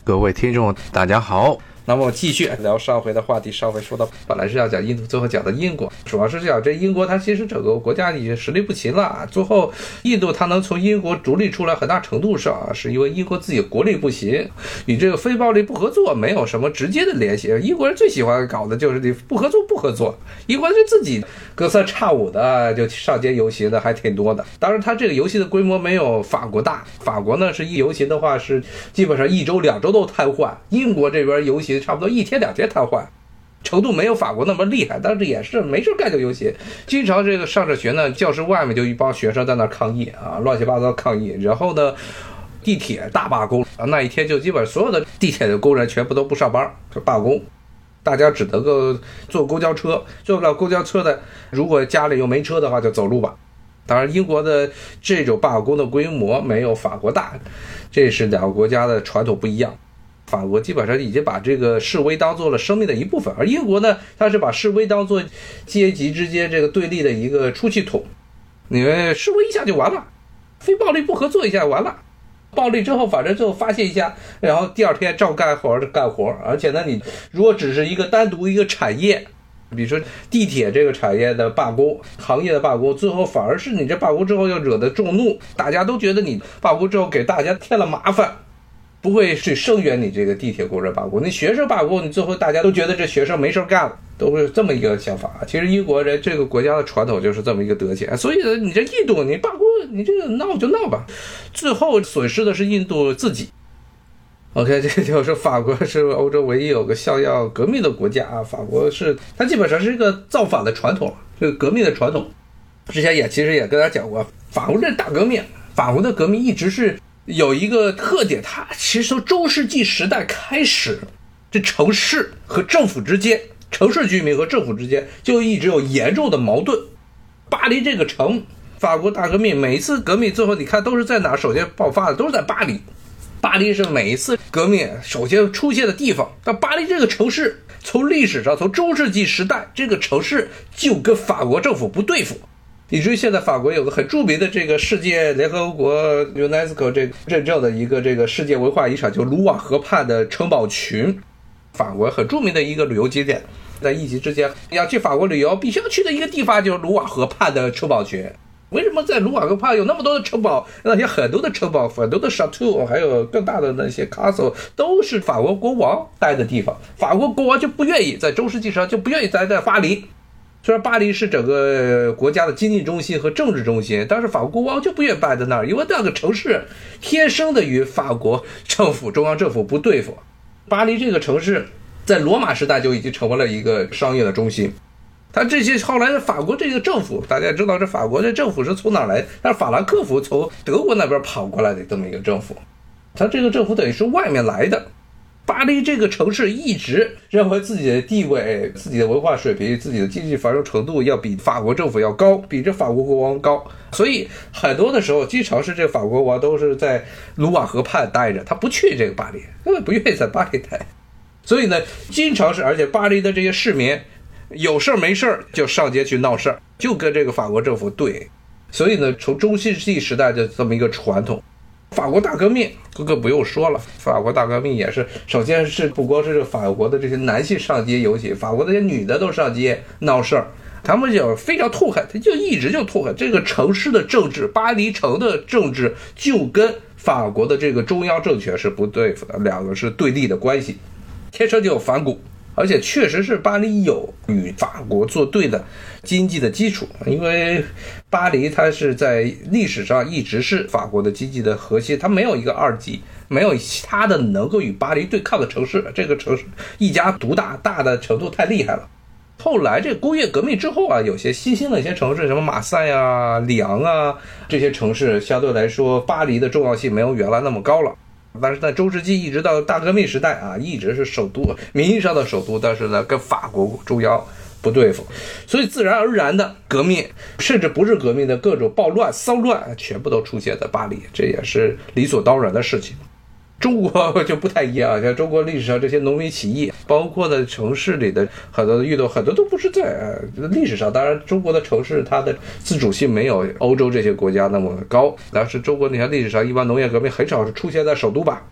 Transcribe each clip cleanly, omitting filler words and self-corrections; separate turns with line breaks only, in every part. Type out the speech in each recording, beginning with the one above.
各位听众大家好，那么我继续聊上回的话题。上回说到本来是要讲印度，最后讲的英国，主要是讲这英国它其实整个国家已经实力不行了，最后印度它能从英国独立出来，很大程度上是因为英国自己国力不行，与这个非暴力不合作没有什么直接的联系。英国人最喜欢搞的就是你不合作，英国人自己隔三差五的就上街游行的还挺多的。当然它这个游行的规模没有法国大，法国呢是一游行的话是基本上1周2周都瘫痪，英国这边游行差不多1天2天瘫痪，程度没有法国那么厉害，但是也是没事干就游行。经常这个上着学呢，教室外面就一帮学生在那抗议啊，乱七八糟抗议。然后呢，地铁大罢工，那一天就基本所有的地铁的工人全部都不上班，就罢工。大家只能够坐公交车，坐不了公交车的，如果家里又没车的话就走路吧。当然英国的这种罢工的规模没有法国大，这是两个国家的传统不一样。法国基本上已经把这个示威当做了生命的一部分，而英国呢，它是把示威当做阶级之间这个对立的一个出气筒。你们示威一下就完了，非暴力不合作一下完了，暴力之后反正就发泄一下，然后第二天照干活。而且呢，你如果只是一个单独一个产业，比如说地铁这个产业的罢工，行业的罢工，最后反而是你这罢工之后又惹得众怒，大家都觉得你罢工之后给大家添了麻烦，不会去声援你这个地铁工人罢工。你学生罢工，你最后大家都觉得这学生没事干了，都是这么一个想法。其实英国人这个国家的传统就是这么一个德行，所以呢，你这印度你罢工，你这个闹就闹吧，最后损失的是印度自己。OK， 这就是法国是欧洲唯一有个像样革命的国家啊。法国是它基本上是一个造反的传统，这个革命的传统。之前其实也跟大家讲过，法国这大革命，法国的革命一直是有一个特点，它其实从中世纪时代开始，这城市和政府之间，城市居民和政府之间就一直有严重的矛盾。巴黎这个城，法国大革命每一次革命最后你看都是在哪首先爆发的，都是在巴黎。巴黎是每一次革命首先出现的地方。但巴黎这个城市从历史上，从中世纪时代，这个城市就跟法国政府不对付，以至于现在法国有个很著名的这个世界联合国 UNESCO 这个认证的一个这个世界文化遗产，就是卢瓦河畔的城堡群，法国很著名的一个旅游景点。在疫情之前要去法国旅游必须要去的一个地方就是卢瓦河畔的城堡群。为什么在卢瓦河畔有那么多的城堡？那些很多的城堡，很多的 chateau， 还有更大的那些 castle， 都是法国国王待的地方。法国国王就不愿意在中世纪上就不愿意待在巴黎。虽然巴黎是整个国家的经济中心和政治中心，但是法国国王就不愿意待在那儿，因为那个城市天生的与法国政府中央政府不对付。巴黎这个城市在罗马时代就已经成为了一个商业的中心。他这些后来的法国这个政府，大家也知道这法国这政府是从哪来？但是法兰克福从德国那边跑过来的这么一个政府，他这个政府等于是外面来的。巴黎这个城市一直认为自己的地位、自己的文化水平、自己的经济繁荣程度要比法国政府要高，比这法国国王高，所以很多的时候经常是这法国国王都是在卢瓦河畔待着，他不去这个巴黎，根本不愿意在巴黎待。所以呢，经常是，而且巴黎的这些市民有事没事就上街去闹事儿，就跟这个法国政府对。所以呢，从中世纪时代的这么一个传统。法国大革命更不用说了，法国大革命也是，首先是不光是法国的这些男性上街游行，法国的这些女的都上街闹事儿，他们就非常痛恨，他就一直就痛恨这个城市的政治，巴黎城的政治就跟法国的这个中央政权是不对付的，两个是对立的关系，天生就有反骨。而且确实是巴黎有与法国作对的经济的基础，因为巴黎它是在历史上一直是法国的经济的核心，它没有一个二级，没有其他的能够与巴黎对抗的城市，这个城市一家独大，大的程度太厉害了。后来这工业革命之后啊，有些新兴的一些城市，什么马赛啊、里昂啊，这些城市相对来说巴黎的重要性没有原来那么高了。但是在中世纪一直到大革命时代啊，一直是首都，名义上的首都，但是呢跟法国中央不对付，所以自然而然的革命，甚至不是革命的各种暴乱、骚乱，全部都出现在巴黎，这也是理所当然的事情。中国就不太一样，像中国历史上这些农民起义，包括在城市里的很多的运动，很多都不是在历史上。当然，中国的城市它的自主性没有欧洲这些国家那么高，但是中国你看历史上一般农业革命很少是出现在首都吧。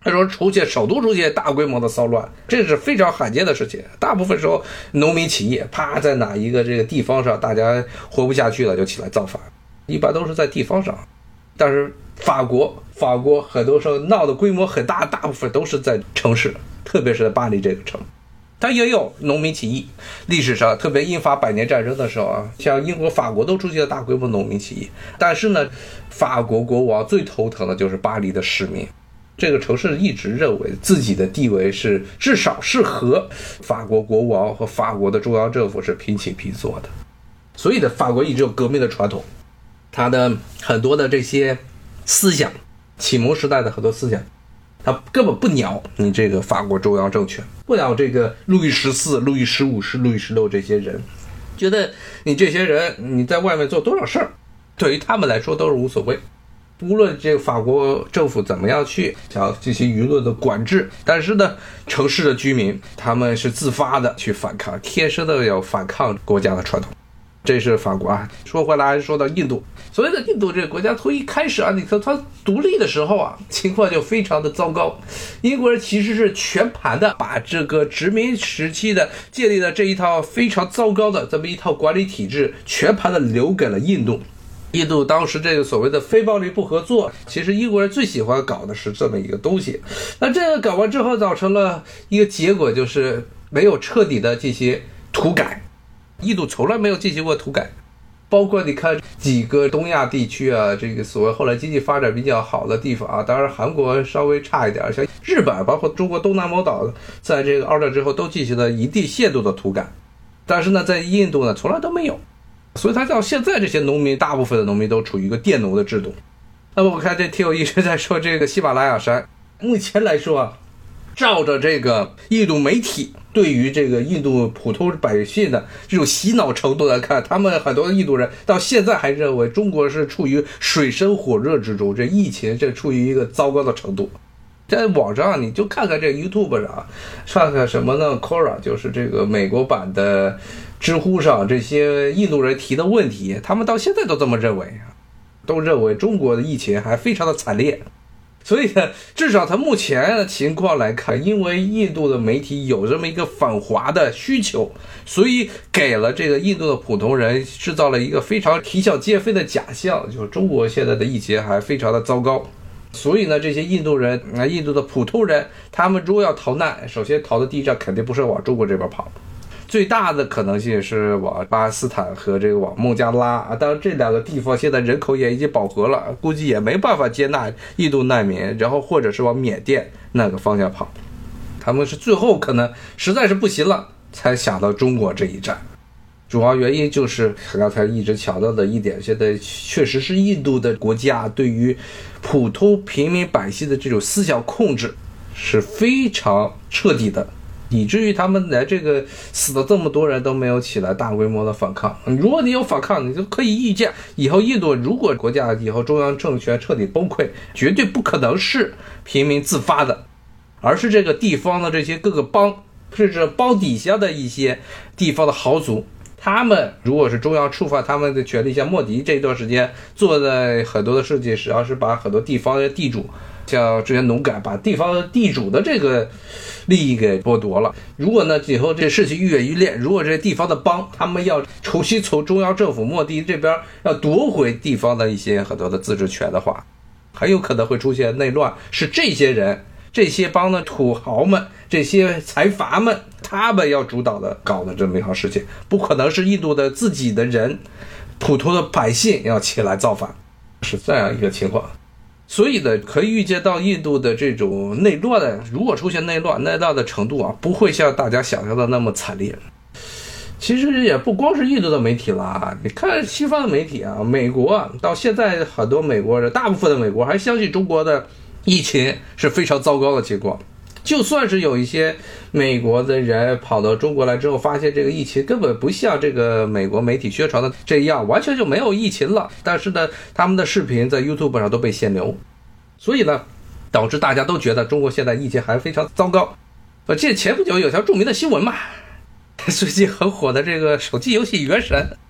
那时候首都出现大规模的骚乱，这是非常罕见的事情。大部分时候农民起义，啪，在哪一个这个地方上，大家活不下去了就起来造反，一般都是在地方上。但是法国很多时候闹的规模很大，大部分都是在城市，特别是在巴黎这个城。它也有农民起义，历史上特别英法百年战争的时候啊，像英国、法国都出现了大规模农民起义。但是呢，法国国王最头疼的就是巴黎的市民。这个城市一直认为自己的地位是至少是和法国国王和法国的中央政府是平起平坐的，所以呢，法国一直有革命的传统，他的很多的这些思想，启蒙时代的很多思想，他根本不鸟你这个法国中央政权，不鸟这个路易14、路易15、路易16这些人，觉得你这些人你在外面做多少事儿，对于他们来说都是无所谓。无论这个法国政府怎么样去想进行舆论的管制，但是呢，城市的居民他们是自发的去反抗，天生的有反抗国家的传统。这是法国啊。说回来，说到印度，所谓的印度这个国家从一开始啊，你看它独立的时候啊，情况就非常的糟糕。英国人其实是全盘的把这个殖民时期的建立的这一套非常糟糕的这么一套管理体制，全盘的留给了印度。印度当时这个所谓的非暴力不合作，其实英国人最喜欢搞的是这么一个东西。那这个搞完之后，造成了一个结果，就是没有彻底的进行土改。印度从来没有进行过土改，包括你看几个东亚地区啊，这个所谓后来经济发展比较好的地方啊，当然韩国稍微差一点，像日本包括中国东南某岛，在这个二战之后都进行了一定限度的土改，但是呢，在印度呢从来都没有。所以他到现在这些农民，大部分的农民都处于一个佃农的制度。那么我看这听友一直在说这个喜马拉雅山，目前来说啊，照着这个印度媒体对于这个印度普通百姓的这种洗脑程度来看，他们很多印度人到现在还认为中国是处于水深火热之中，这疫情这处于一个糟糕的程度。在网上你就看看这 YouTube 上，看看什么呢 Quora， 就是这个美国版的知乎上这些印度人提的问题，他们到现在都这么认为，都认为中国的疫情还非常的惨烈。所以呢，至少他目前的情况来看，因为印度的媒体有这么一个反华的需求，所以给了这个印度的普通人制造了一个非常啼笑皆非的假象，就是中国现在的疫情还非常的糟糕。所以呢，这些印度人印度的普通人，他们如果要逃难，首先逃的第一站肯定不是往中国这边跑，最大的可能性是往巴基斯坦和这个往孟加拉啊。当然这两个地方现在人口也已经饱和了，估计也没办法接纳印度难民，然后或者是往缅甸那个方向跑。他们是最后可能实在是不行了，才想到中国这一站。主要原因就是刚才一直强调的一点，现在确实是印度的国家对于普通平民百姓的这种思想控制是非常彻底的，以至于他们来这个死了这么多人都没有起来大规模的反抗。如果你有反抗，你就可以预见以后印度如果国家以后中央政权彻底崩溃，绝对不可能是平民自发的，而是这个地方的这些各个邦，甚至邦底下的一些地方的豪族，他们如果是中央触犯他们的权利，像莫迪这段时间做的很多的事情，实际上是把很多地方的地主，像之前农改，把地方的地主的这个利益给剥夺了。如果呢以后这事情愈演愈烈，如果这地方的邦他们要重新从中央政府莫迪这边要夺回地方的一些很多的自治权的话，很有可能会出现内乱，是这些人这些帮的土豪们，这些财阀们，他们要主导的搞的这么一行事情，不可能是印度的自己的人，普通的百姓要起来造反，是这样一个情况。所以呢，可以预见到印度的这种内乱的，如果出现内乱的程度啊，不会像大家想象的那么惨烈。其实也不光是印度的媒体啦，你看西方的媒体啊，美国啊，到现在很多美国人，大部分的美国还相信中国的疫情是非常糟糕的情况。就算是有一些美国的人跑到中国来之后，发现这个疫情根本不像这个美国媒体宣传的这样，完全就没有疫情了，但是呢，他们的视频在 YouTube 上都被限流，所以呢，导致大家都觉得中国现在疫情还非常糟糕。这前不久有条著名的新闻嘛，最近很火的这个手机游戏《原神》，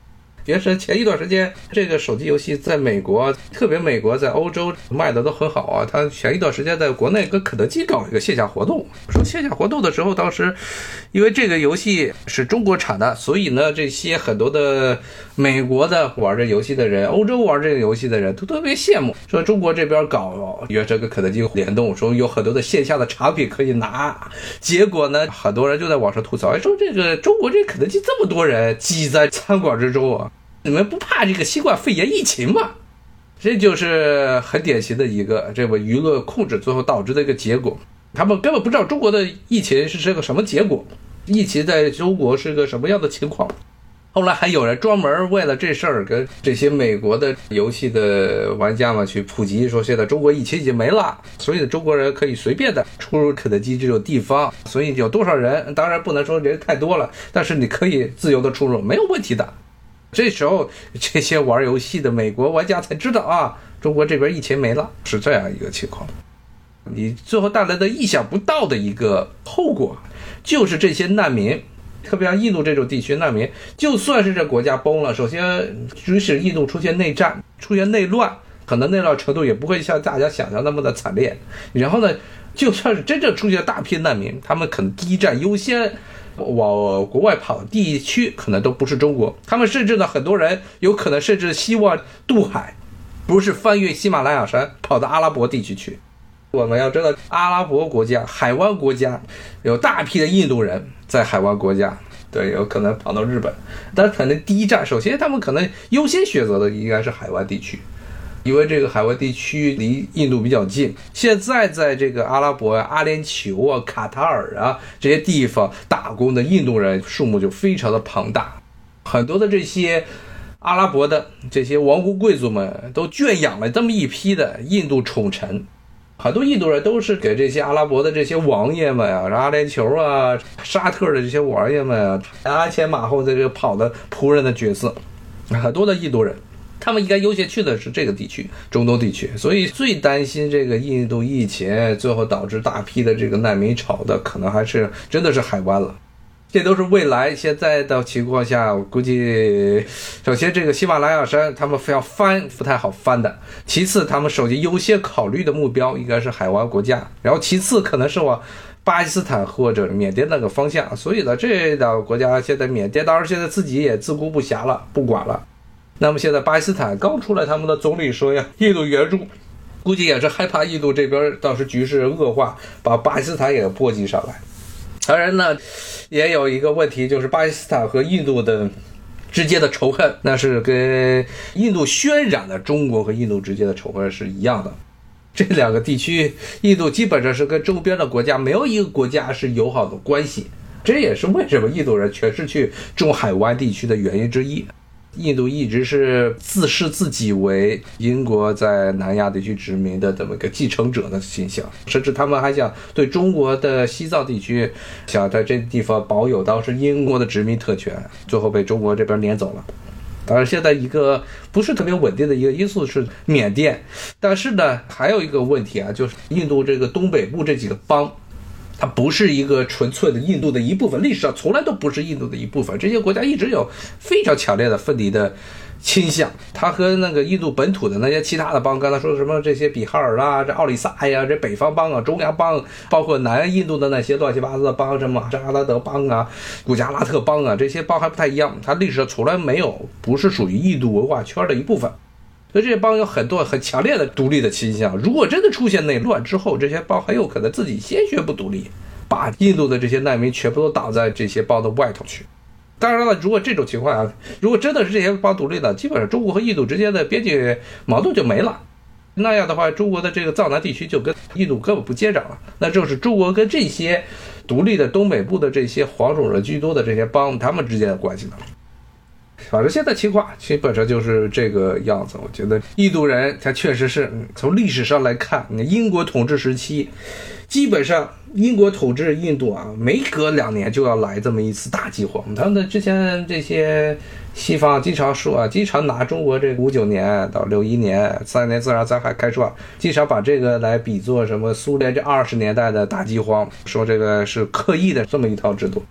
也是前一段时间这个手机游戏在美国，特别美国在欧洲卖的都很好啊。他前一段时间在国内跟肯德基搞一个线下活动，说线下活动的时候，当时因为这个游戏是中国产的，所以呢这些很多的美国的玩这游戏的人，欧洲玩这个游戏的人都特别羡慕，说中国这边搞约这个肯德基联动，说有很多的线下的产品可以拿。结果呢很多人就在网上吐槽，说这个中国这肯德基这么多人挤在餐馆之中啊，你们不怕这个新冠肺炎疫情吗？这就是很典型的一个这个舆论控制最后导致的一个结果。他们根本不知道中国的疫情是个什么结果，疫情在中国是个什么样的情况。后来还有人专门为了这事儿跟这些美国的游戏的玩家们去普及，说现在中国疫情已经没了，所以中国人可以随便的出入肯德基这种地方，所以有多少人，当然不能说人太多了，但是你可以自由的出入，没有问题的。这时候这些玩游戏的美国玩家才知道啊，中国这边疫情没了，是这样一个情况。你最后带来的意想不到的一个后果，就是这些难民，特别像印度这种地区难民，就算是这国家崩了，首先即使印度出现内战出现内乱，可能内乱程度也不会像大家想象那么的惨烈。然后呢就算是真正出现大批难民，他们可能第一站优先往国外跑的地区可能都不是中国，他们甚至呢很多人有可能甚至希望渡海，不是翻越喜马拉雅山跑到阿拉伯地区去。我们要知道阿拉伯国家海湾国家有大批的印度人在海湾国家，对，有可能跑到日本，但是可能第一站首先他们可能优先选择的应该是海湾地区，因为这个海湾地区离印度比较近。现在在这个阿拉伯阿联酋啊卡塔尔啊这些地方打工的印度人数目就非常的庞大，很多的这些阿拉伯的这些王公贵族们都圈养了这么一批的印度宠臣，很多印度人都是给这些阿拉伯的这些王爷们啊，阿联酋啊沙特的这些王爷们啊鞍前马后在这跑的仆人的角色。很多的印度人他们应该优先去的是这个地区，中东地区，所以最担心这个印度疫情最后导致大批的这个难民潮的可能还是真的是海湾了。这都是未来现在的情况下，我估计首先这个喜马拉雅山他们要翻不太好翻的，其次他们首先优先考虑的目标应该是海湾国家，然后其次可能是往巴基斯坦或者缅甸那个方向。所以呢这两个国家现在缅甸当然现在自己也自顾不暇了，不管了。那么现在巴基斯坦刚出来，他们的总理说呀印度援助，估计也是害怕印度这边当时局势恶化，把巴基斯坦也波及上来。当然呢也有一个问题，就是巴基斯坦和印度的之间的仇恨，那是跟印度渲染的中国和印度之间的仇恨是一样的。这两个地区印度基本上是跟周边的国家没有一个国家是友好的关系，这也是为什么印度人全是去中海湾地区的原因之一。印度一直是自视自己为英国在南亚地区殖民的这么一个继承者的形象，甚至他们还想对中国的西藏地区想在这地方保有当时英国的殖民特权，最后被中国这边撵走了。当然现在一个不是特别稳定的一个因素是缅甸，但是呢还有一个问题啊，就是印度这个东北部这几个邦，它不是一个纯粹的印度的一部分，历史上从来都不是印度的一部分，这些国家一直有非常强烈的分离的倾向。它和那个印度本土的那些其他的邦，刚才说什么这些比哈尔啊，这奥里萨呀，这北方邦啊，中亚邦，包括南印度的那些乱七八糟的邦，什么扎拉德邦啊，古加拉特邦啊，这些邦还不太一样，它历史上从来没有不是属于印度文化圈的一部分。所以这些邦有很多很强烈的独立的倾向，如果真的出现内乱之后，这些邦很有可能自己先宣布独立，把印度的这些难民全部都挡在这些邦的外头去。当然了，如果这种情况啊，如果真的是这些邦独立的，基本上中国和印度之间的边境矛盾就没了。那样的话，中国的这个藏南地区就跟印度根本不接壤了，那就是中国跟这些独立的东北部的这些黄种人居多的这些邦他们之间的关系了。反正现在情况基本上就是这个样子。我觉得印度人他确实是从历史上来看，英国统治时期基本上英国统治印度啊，每隔2年就要来这么一次大饥荒。他们之前这些西方经常说啊，经常拿中国这59年到61年3年自然灾害开创，经常把这个来比作什么苏联这20年代的大饥荒，说这个是刻意的这么一套制度。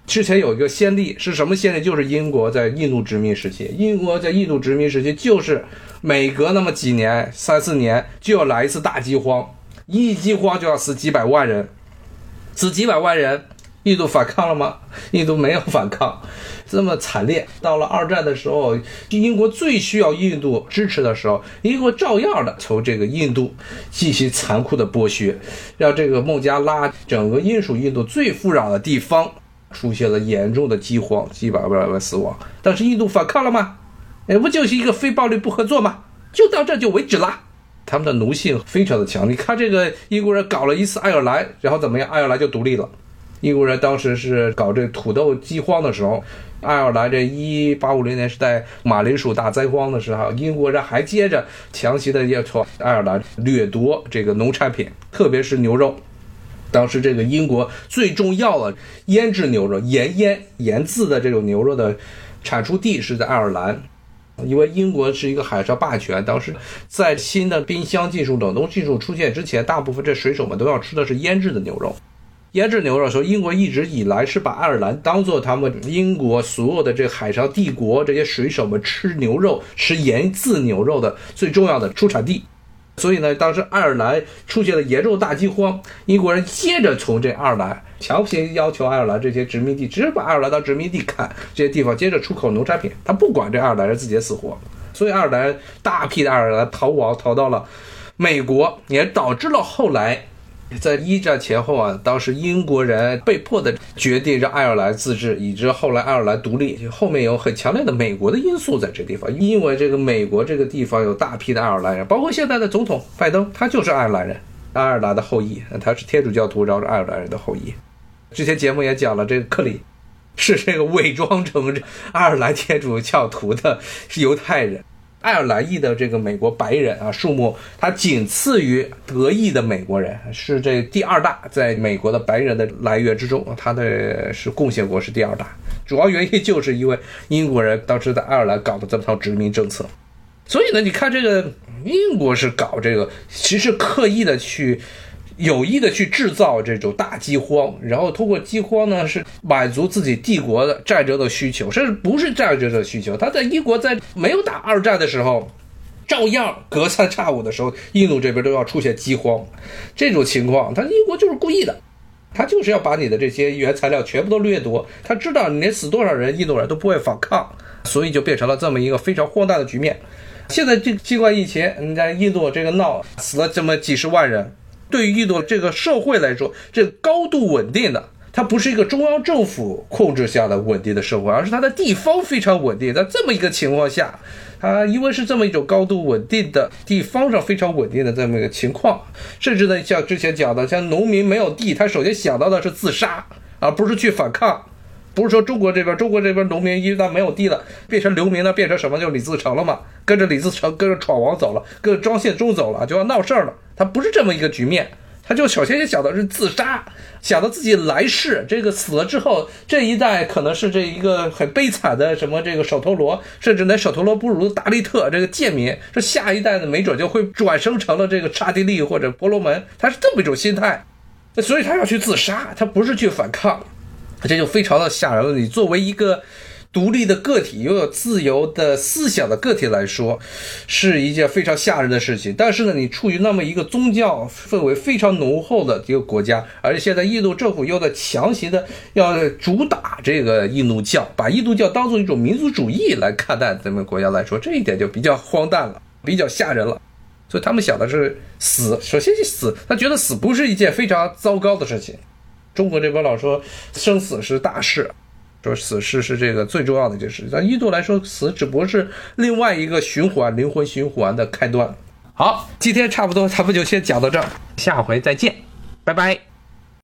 之前有一个先例，是什么先例？就是英国在印度殖民时期。英国在印度殖民时期，就是每隔那么几年3-4年就要来一次大饥荒，一饥荒就要死几百万人，死几百万人，印度反抗了吗？印度没有反抗，这么惨烈。到了二战的时候，英国最需要印度支持的时候，英国照样的从这个印度进行残酷的剥削，让这个孟加拉整个英属印度最富饶的地方出现了严重的饥荒，几百万人死亡。但是印度反抗了吗？不就是一个非暴力不合作吗？就到这就为止了。他们的奴性非常的强。你看这个英国人搞了一次爱尔兰，然后怎么样？爱尔兰就独立了。英国人当时是搞这土豆饥荒的时候，爱尔兰这1850年是在马铃薯大灾荒的时候，英国人还接着强行的要从爱尔兰掠夺这个农产品，特别是牛肉。当时这个英国最重要的腌制牛肉、盐渍的这种牛肉的产出地是在爱尔兰。因为英国是一个海上霸权，当时在新的冰箱技术、冷冻技术出现之前，大部分这水手们都要吃的是腌制的牛肉。腌制牛肉的时候，英国一直以来是把爱尔兰当做他们英国所有的这个海上帝国这些水手们吃牛肉、吃盐渍牛肉的最重要的出产地。所以呢，当时爱尔兰出现了严重大饥荒，英国人接着从这爱尔兰强行要求爱尔兰这些殖民地，只是把爱尔兰当殖民地看，这些地方接着出口农产品，他不管这爱尔兰人自己的死活。所以爱尔兰大批的爱尔兰逃亡，逃到了美国，也导致了后来在一战前后啊，当时英国人被迫的决定让爱尔兰自治，以致后来爱尔兰独立，后面有很强烈的美国的因素在这地方。因为这个美国这个地方有大批的爱尔兰人，包括现在的总统拜登，他就是爱尔兰人，爱尔兰的后裔，他是天主教徒，然后是爱尔兰人的后裔。之前节目也讲了，这个克里是这个伪装成爱尔兰天主教徒的犹太人。爱尔兰裔的这个美国白人啊，数目它仅次于德裔的美国人，是这第二大，在美国的白人的来源之中，它的是贡献国是第二大。主要原因就是因为英国人当时在爱尔兰搞的这套殖民政策。所以呢，你看这个英国是搞这个，其实刻意的去有意的去制造这种大饥荒，然后通过饥荒呢是满足自己帝国的战争的需求，甚至不是战争的需求。他在英国在没有打二战的时候，照样隔三差五的时候，印度这边都要出现饥荒。这种情况，他英国就是故意的，他就是要把你的这些原材料全部都掠夺。他知道你连死多少人，印度人都不会反抗，所以就变成了这么一个非常荒诞的局面。现在这新冠疫情，你在印度这个闹死了这么几十万人。对于印度这个社会来说，这高度稳定的，它不是一个中央政府控制下的稳定的社会，而是它的地方非常稳定。在这么一个情况下，它因为是这么一种高度稳定的地方上非常稳定的这么一个情况，甚至呢，像之前讲的，像农民没有地，他首先想到的是自杀，而不是去反抗。不是说中国这边农民一旦没有地了，变成流民了，变成什么？就李自成了嘛，跟着李自成，跟着闯王走了，跟着庄献忠走了，就要闹事儿了。他不是这么一个局面，他就首先想到是自杀，想到自己来世这个死了之后，这一代可能是这一个很悲惨的什么这个首陀罗，甚至连首陀罗不如达利特这个贱民，这下一代的没准就会转生成了这个刹帝利或者婆罗门，他是这么一种心态，所以他要去自杀，他不是去反抗。这就非常的吓人了。你作为一个独立的个体，拥有自由的思想的个体来说，是一件非常吓人的事情。但是呢，你处于那么一个宗教氛围非常浓厚的一个国家，而且现在印度政府又在强行的要主打这个印度教，把印度教当做一种民族主义来看待咱们国家来说，这一点就比较荒诞了，比较吓人了。所以他们想的是死，首先是死，他觉得死不是一件非常糟糕的事情。中国这边老说生死是大事，说死事是这个最重要的一件事，在印度来说，死只不过是另外一个循环，灵魂循环的开端。好，今天差不多咱们就先讲到这儿，下回再见，拜拜。